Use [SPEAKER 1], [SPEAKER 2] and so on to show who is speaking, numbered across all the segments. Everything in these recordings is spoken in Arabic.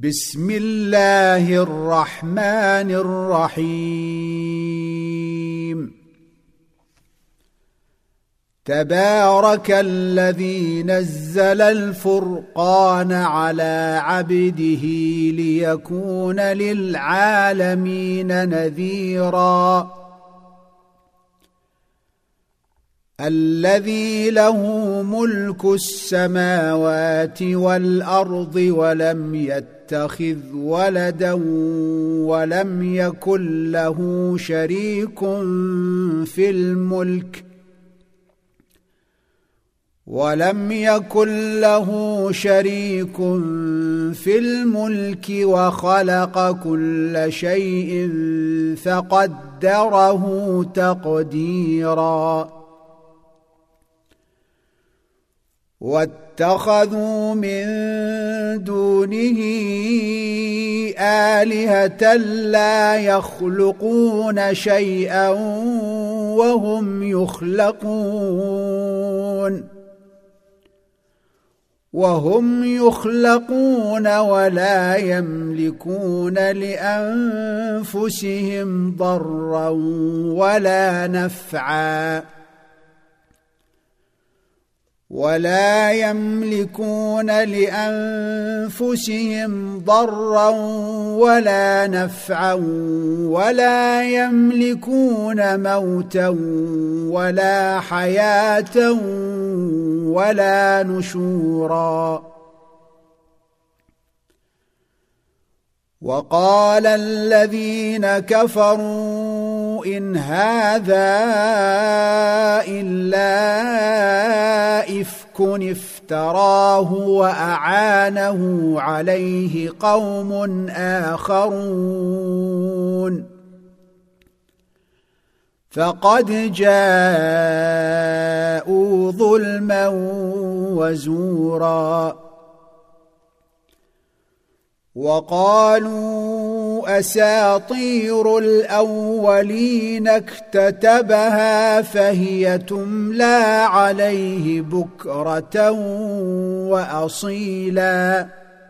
[SPEAKER 1] بسم الله الرحمن الرحيم. تبارك الذي نزل الفرقان على عبده ليكون للعالمين نذيرا. الذي له ملك السماوات والأرض ولم يتخذ ولدا ولم يكن له شريك في الملك وخلق كل شيء فقدره تقديرا. واتخذوا من دونه آلهة لا يخلقون شيئا وهم يخلقون ولا يملكون لأنفسهم ضرا ولا نفعا ولا يملكون موتا ولا حياة ولا نشورا. وقال الذين كفروا إن هذا إلا إفك افتراه وأعانه عليه قوم آخرون فقد جاءوا ظلما وزورا. وقالوا أساطير الأولين اكتتبها فهي تملى عليه بكرة وأصيلا.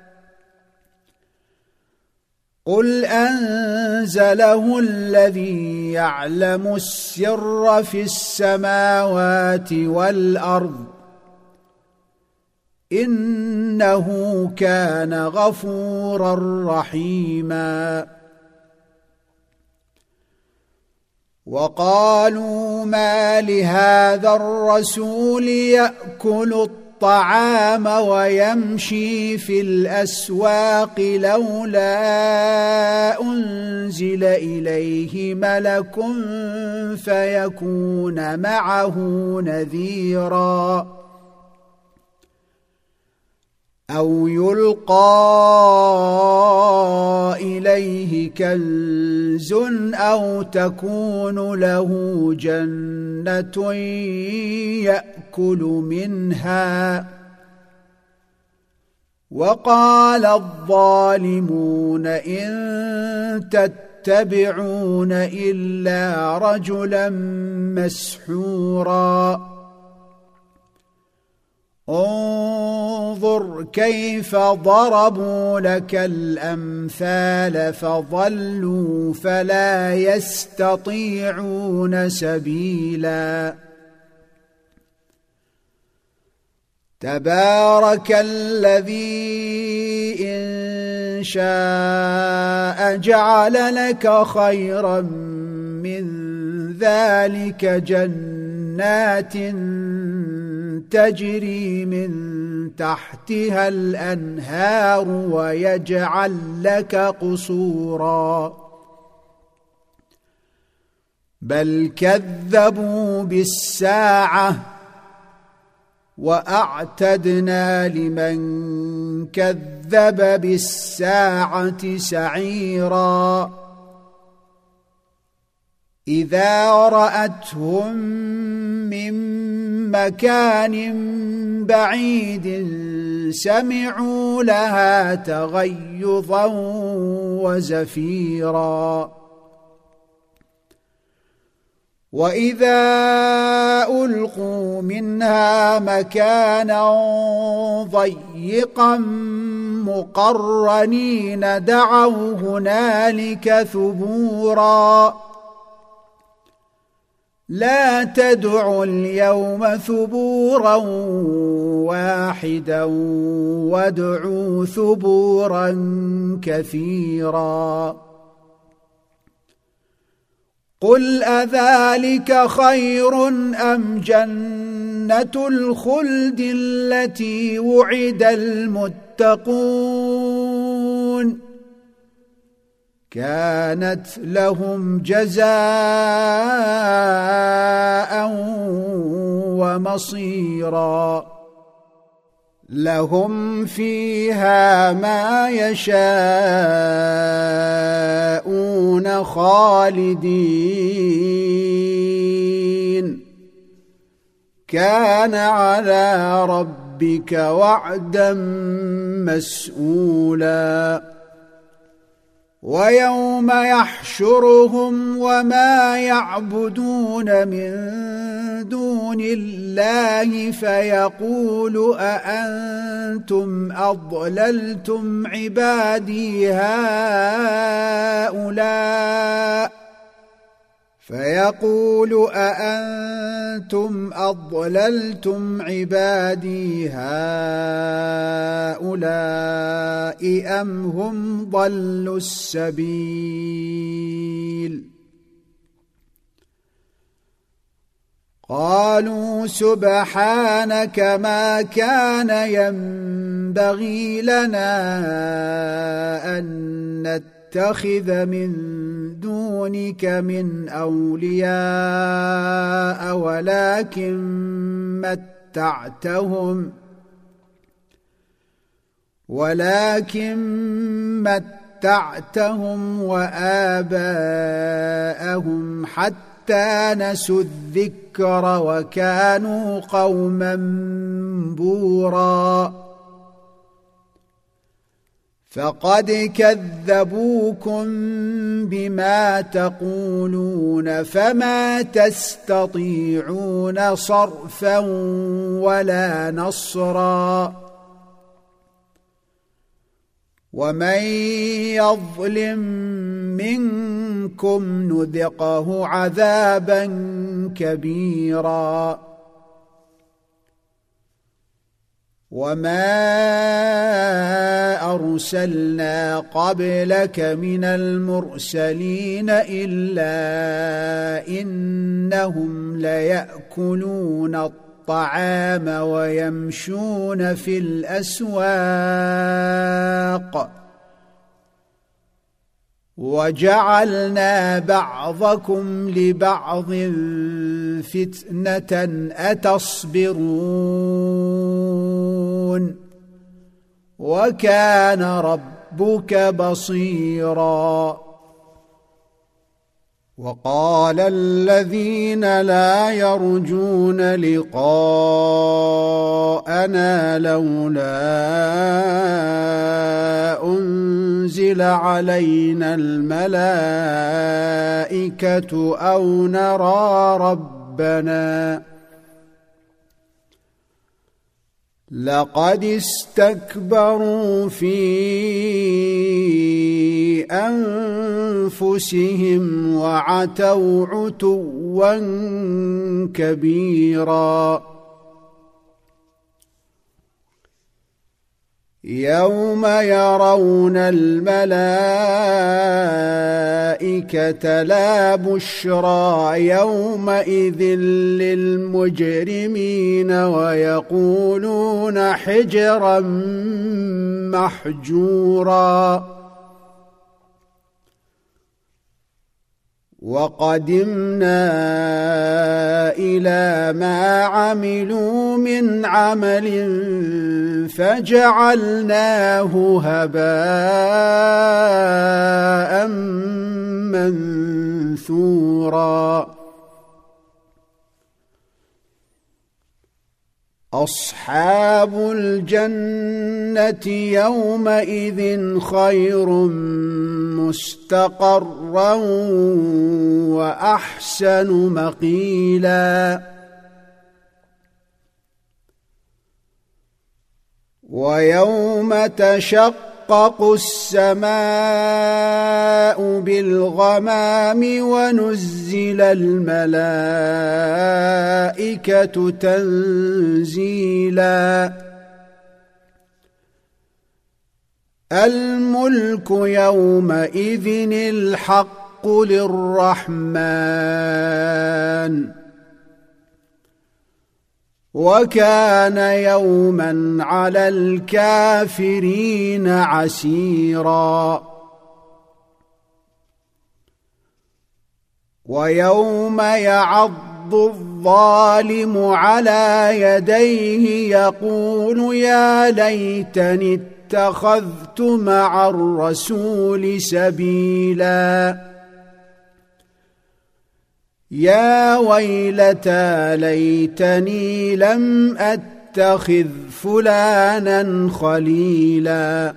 [SPEAKER 1] قل أنزله الذي يعلم السر في السماوات والأرض إنه كان غفورا رحيما. وقالوا ما لهذا الرسول يأكل الطعام ويمشي في الأسواق لولا أنزل إليه ملك فيكون معه نذيرا أو يلقى إليه كنز أو تكون له جنة يأكل منها. وقال الظالمون إن تتبعون إلا رجلا مسحورا. انظر كيف ضربوا لك الأمثال فضلوا فلا يستطيعون سبيلا. تبارك الذي إن شاء جعل لك خيرا من ذلك جنات تجري من تحتها الأنهار ويجعل لك قصورا بل كذبوا بالساعة وأعتدنا لمن كذب بالساعة سعيرا. إذا رأتهم من مكان بعيد سمعوا لها تغيظا وزفيرا. وإذا ألقوا منها مكانا ضيقا مقرنين دعوا هنالك ثبورا لا تدعوا اليوم ثبورا واحدا وادعوا ثبورا كثيرا قل أذلك خير أم جنة الخلد التي وعد المتقون كانت لهم جزاء ومصيرا لهم فيها ما يشاءون خالدين كان على ربك وعدا مسئولا ويوم يحشرهم وما يعبدون من دون الله فيقول أأنتم أضللتم عبادي هؤلاء أم هم ضلوا السبيل قالوا سبحانك ما كان ينبغي لنا أن نتخذ من دونك من أولياء ولكن متعتهم وآباءهم حتى نسوا الذكر وكانوا قوما بورا فقد كذبوكم بما تقولون فما تستطيعون صرفا ولا نصرا ومن يظلم منكم نذقه عذابا كبيرا وما أرسلنا قبلك من المرسلين إلا إنهم ليأكلون الطعام ويمشون في الأسواق وجعلنا بعضكم لبعض فتنة أتصبرون وكان ربك بصيرا وقال الذين لا يرجون لقاءنا لولا أنزل علينا الملائكة أو نرى ربنا لقد استكبروا في أنفسهم وعتوا عتوا كبيرا يوم يرون الملائكة لا بشرى يومئذ للمجرمين ويقولون حجرا محجورا وقدمنا إلى ما عملوا من عمل فجعلناه هباء منثورا أصحاب الجنة يومئذ خير مستقرا وأحسن مقيلا ويوم تشقق السماء بالغمام ونزل الملائكة تنزيلا الملك يومئذ الحق للرحمن وكان يوما على الكافرين عسيرا ويوم يعض الظالم على يديه يقول يا ليتني اتخذت مع الرسول سبيلا يا ويلتى ليتني لم أتخذ فلانا خليلا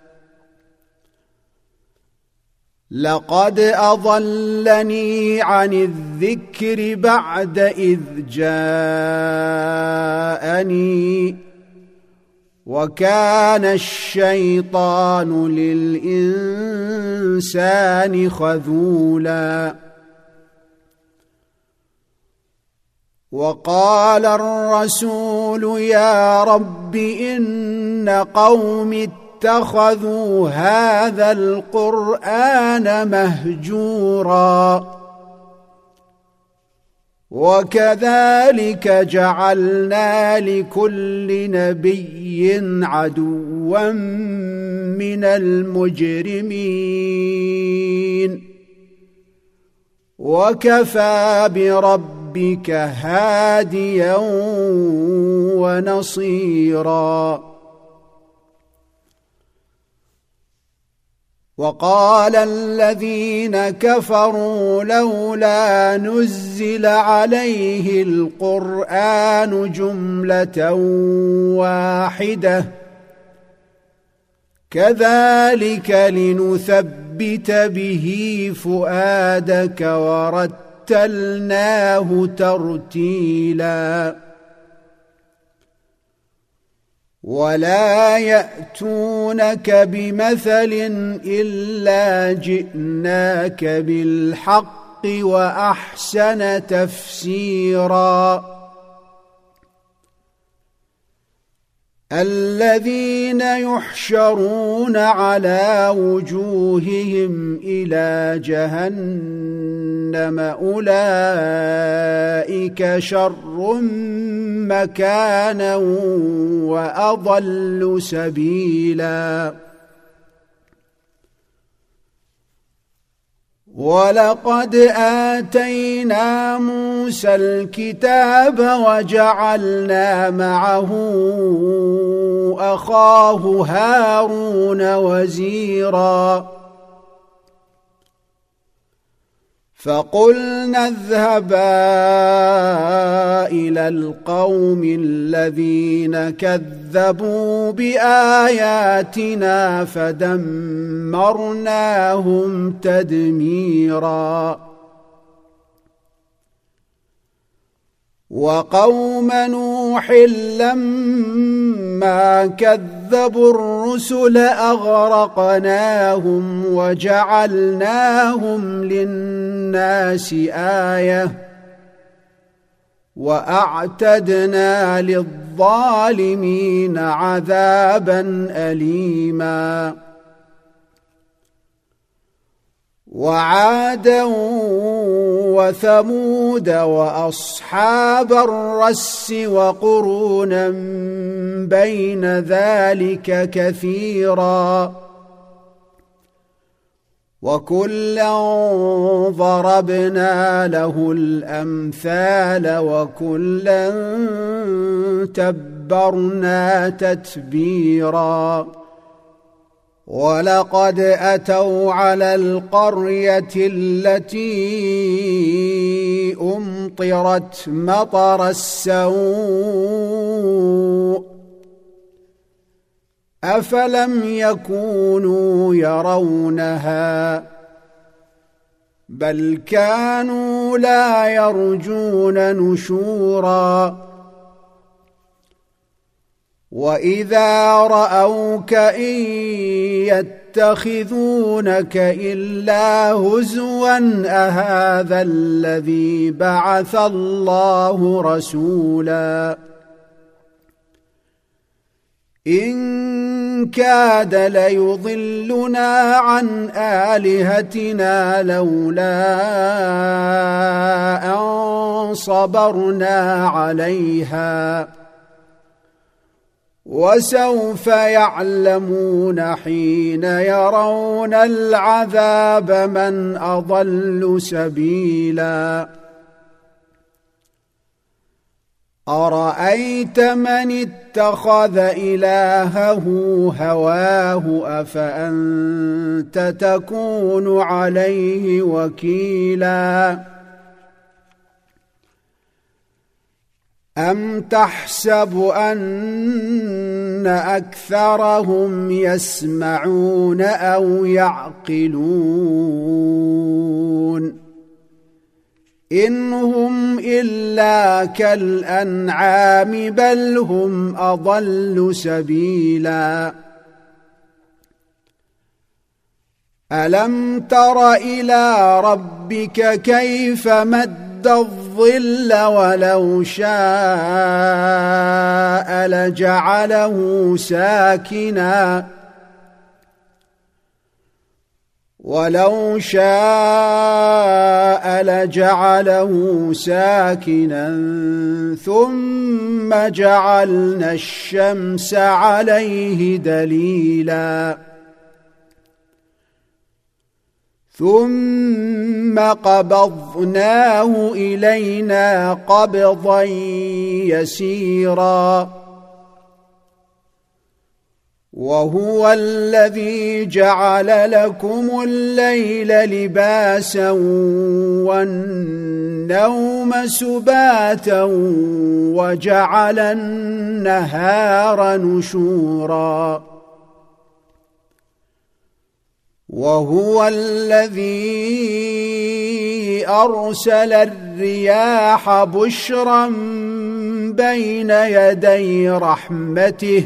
[SPEAKER 1] لقد أضلني عن الذكر بعد إذ جاءني وكان الشيطان للإنسان خذولا وقال الرسول يا رب إن قوم اتخذوا هذا القرآن مهجورا وكذلك جعلنا لكل نبي عدوا من المجرمين وكفى بربك هاديا ونصيرا وقال الذين كفروا لولا نزل عليه القرآن جملة واحدة كذلك لنثبت به فؤادك ورتلناه ترتيلا ولا يأتونك بمثل إلا جئناك بالحق وأحسن تفسيرا الذين يحشرون على وجوههم إلى جهنم أولئك شر مكانا وأضل سبيلا ولقد آتينا موسى الكتاب وجعلنا معه أخاه هارون وزيرا فقلنا اذهبا إلى القوم الذين كذبوا بآياتنا فدمرناهم تدميرا وقوم نوح لما كذبوا الرسل أغرقناهم وجعلناهم للناس آية وأعتدنا للظالمين عذابا أليما وعادا وثمود وأصحاب الرس وقرونا بين ذلك كثيرا وكلا ضربنا له الأمثال وكلا تبرنا تتبيرا ولقد أتوا على القرية التي أمطرت مطر السوء أفلم يكونوا يرونها بل كانوا لا يرجون نشورا وإذا رأوك إن يتخذونك إلا هزوا أهذا الذي بعث الله رسولا إن كاد ليضلنا عن آلهتنا لولا أن صبرنا عليها وسوف يعلمون حين يرون العذاب من أضل سبيلا أرأيت من اتخذ إلهه هواه أفأنت تكون عليه وكيلا أم تحسب أن أكثرهم يسمعون أو يعقلون إن هم إلا كالأنعام بل هم أضل سبيلا ألم تر إلى ربك كيف مد الظل ولو شاء لجعله ساكنا ثم جعلنا الشمس عليه دليلا ثم قبضناه إلينا قبضا يسيرا وهو الذي جعل لكم الليل لباسا والنوم سباتا وجعل النهار نشورا وهو الذي أرسل الرياح بشرا بين يدي رحمته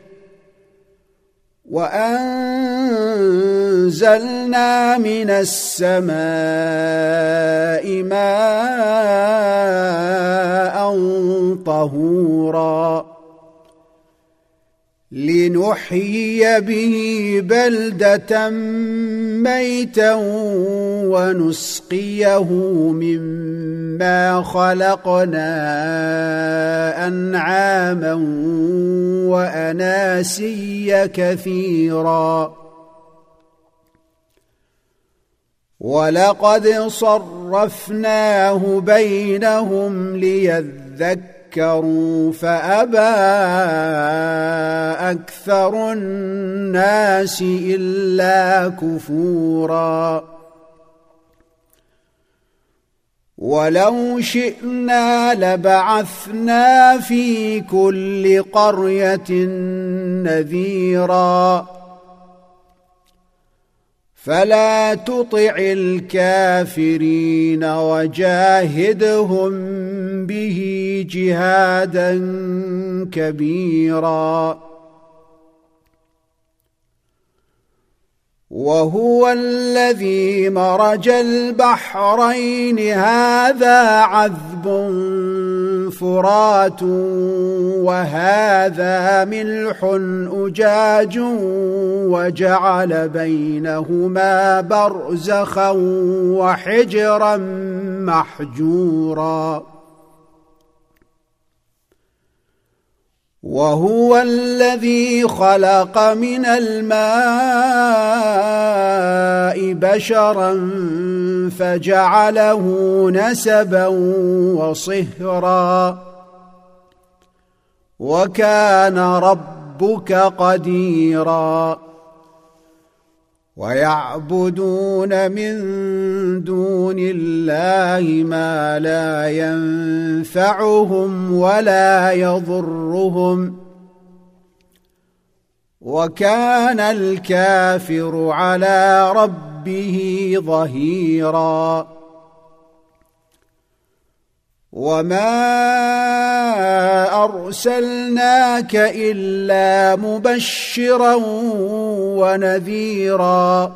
[SPEAKER 1] وأنزلنا من السماء ماء طهورا لنحيي به بلدة ميتا ونسقيه مما خلقنا أنعاما وأناسيا كثيرا ولقد صرفناه بينهم ليذكروا فأبى أكثر الناس إلا كفورا ولو شئنا لبعثنا في كل قرية نذيرا فلا تطع الكافرين وجاهدهم به جهادا كبيرا وهو الذي مرج البحرين هذا عذب فرات وهذا ملح أجاج وجعل بينهما برزخا وحجرا محجورا وهو الذي خلق من الماء بشرا فجعله نسبا وصهرا وكان ربك قديرا ويعبدون من دون الله ما لا ينفعهم ولا يضرهم وكان الكافر على ربه ظهيرا وما أرسلناك إلا مبشرا ونذيرا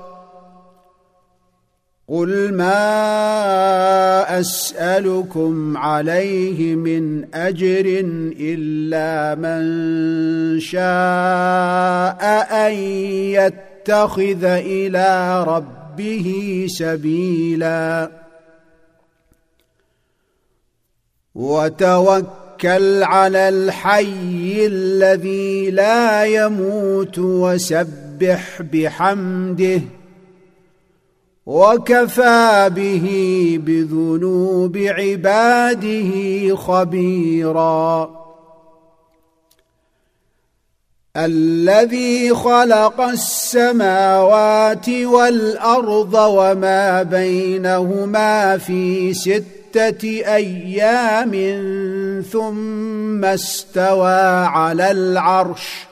[SPEAKER 1] قل ما أسألكم عليه من أجر إلا من شاء أن يتخذ إلى ربه سبيلا وتوكل على الحي الذي لا يموت وسبح بحمده وكفى به بذنوب عباده خبيرا الذي خلق السماوات والأرض وما بينهما في 6 أيام ثم استوى على العرش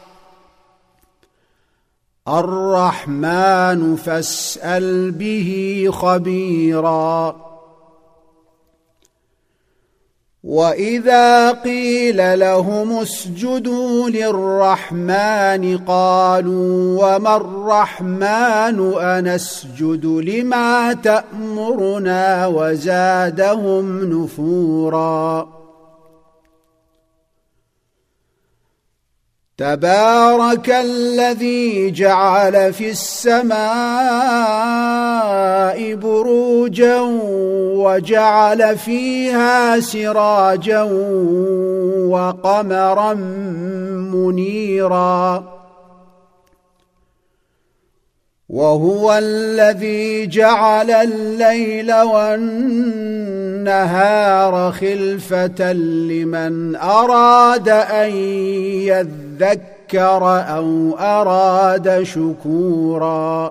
[SPEAKER 1] الرحمن فاسأل به خبيرا وإذا قيل لهم اسجدوا للرحمن قالوا وما الرحمن أنسجد لما تأمرنا وزادهم نفورا تبارك الذي جعل في السماء بروجا وجعل فيها سراجا وقمرا منيرا وهو الذي جعل الليل والنهار خلفة لمن أراد أن يذكر أو أراد شكورا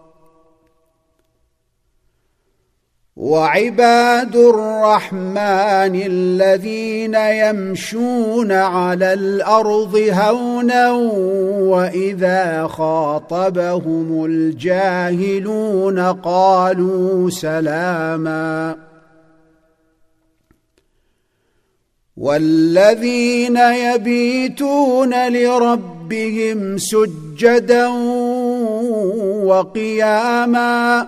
[SPEAKER 1] وعباد الرحمن الذين يمشون على الأرض هونا وإذا خاطبهم الجاهلون قالوا سلاما والذين يبيتون لربهم سجدا وقياما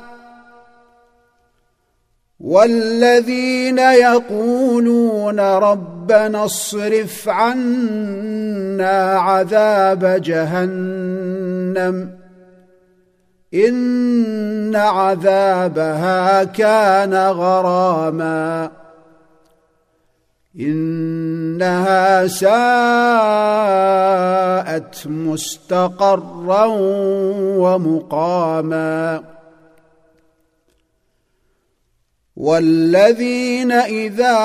[SPEAKER 1] والذين يقولون ربنا اصرف عنا عذاب جهنم إن عذابها كان غراما إنها ساءت مستقرا ومقاما والذين إذا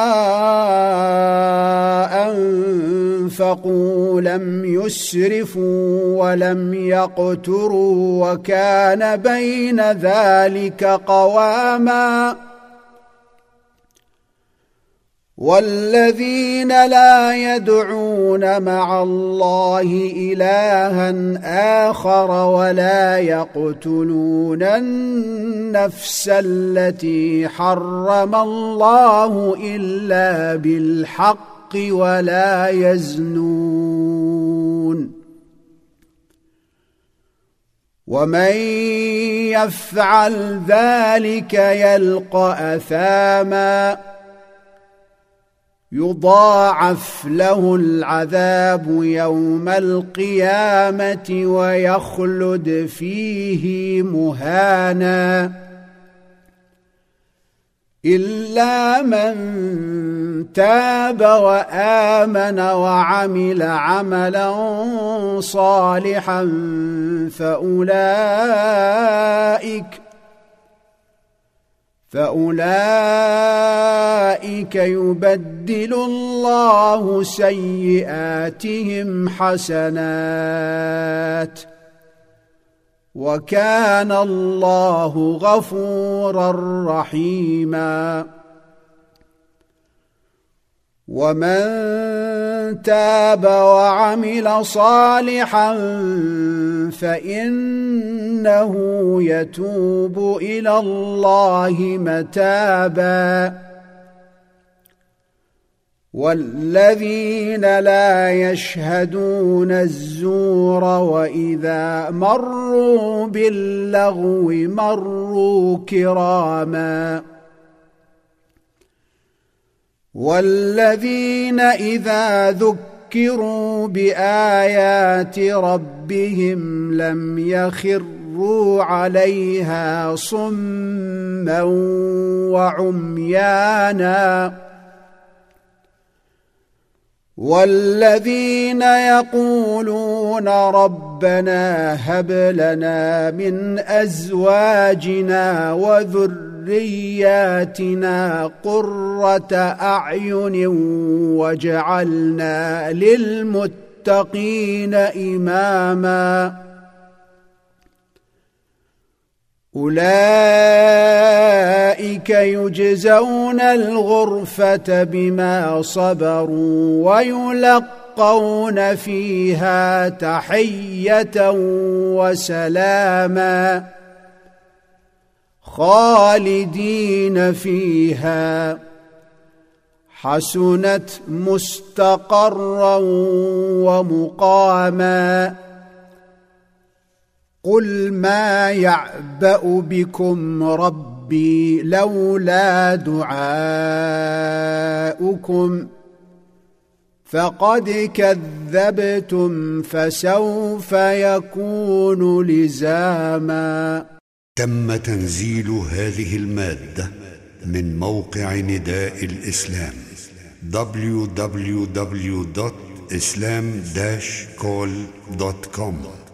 [SPEAKER 1] أنفقوا لم يسرفوا ولم يقتروا وكان بين ذلك قواما والذين لا يدعون مع الله إلها آخر ولا يقتلون النفس التي حرم الله إلا بالحق ولا يزنون ومن يفعل ذلك يلقى أثاما يضاعف له العذاب يوم القيامة ويخلد فيه مهانا إلا من تاب وآمن وعمل عملا صالحا فأولئك يبدل الله سيئاتهم حسنات وكان الله غفورا رحيما ومن تاب وعمل صالحا فإنه يتوب إلى الله متابا والذين لا يشهدون الزور وإذا مروا باللغو مروا كراما والذين إذا ذكروا بآيات ربهم لم يخروا عليها صما وعميانا والذين يقولون ربنا هب لنا من أزواجنا وذرياتنا قرة أعين واجعلنا للمتقين إماما أولئك يجزون الغرفة بما صبروا ويلقون فيها تحية وسلاما خالدين فيها حسنت مستقرا ومقاما قل ما يعبأ بكم ربي لولا دعاؤكم فقد كذبتم فسوف يكون لزاما.
[SPEAKER 2] تم تنزيل هذه المادة من موقع نداء الإسلام www.islam-call.com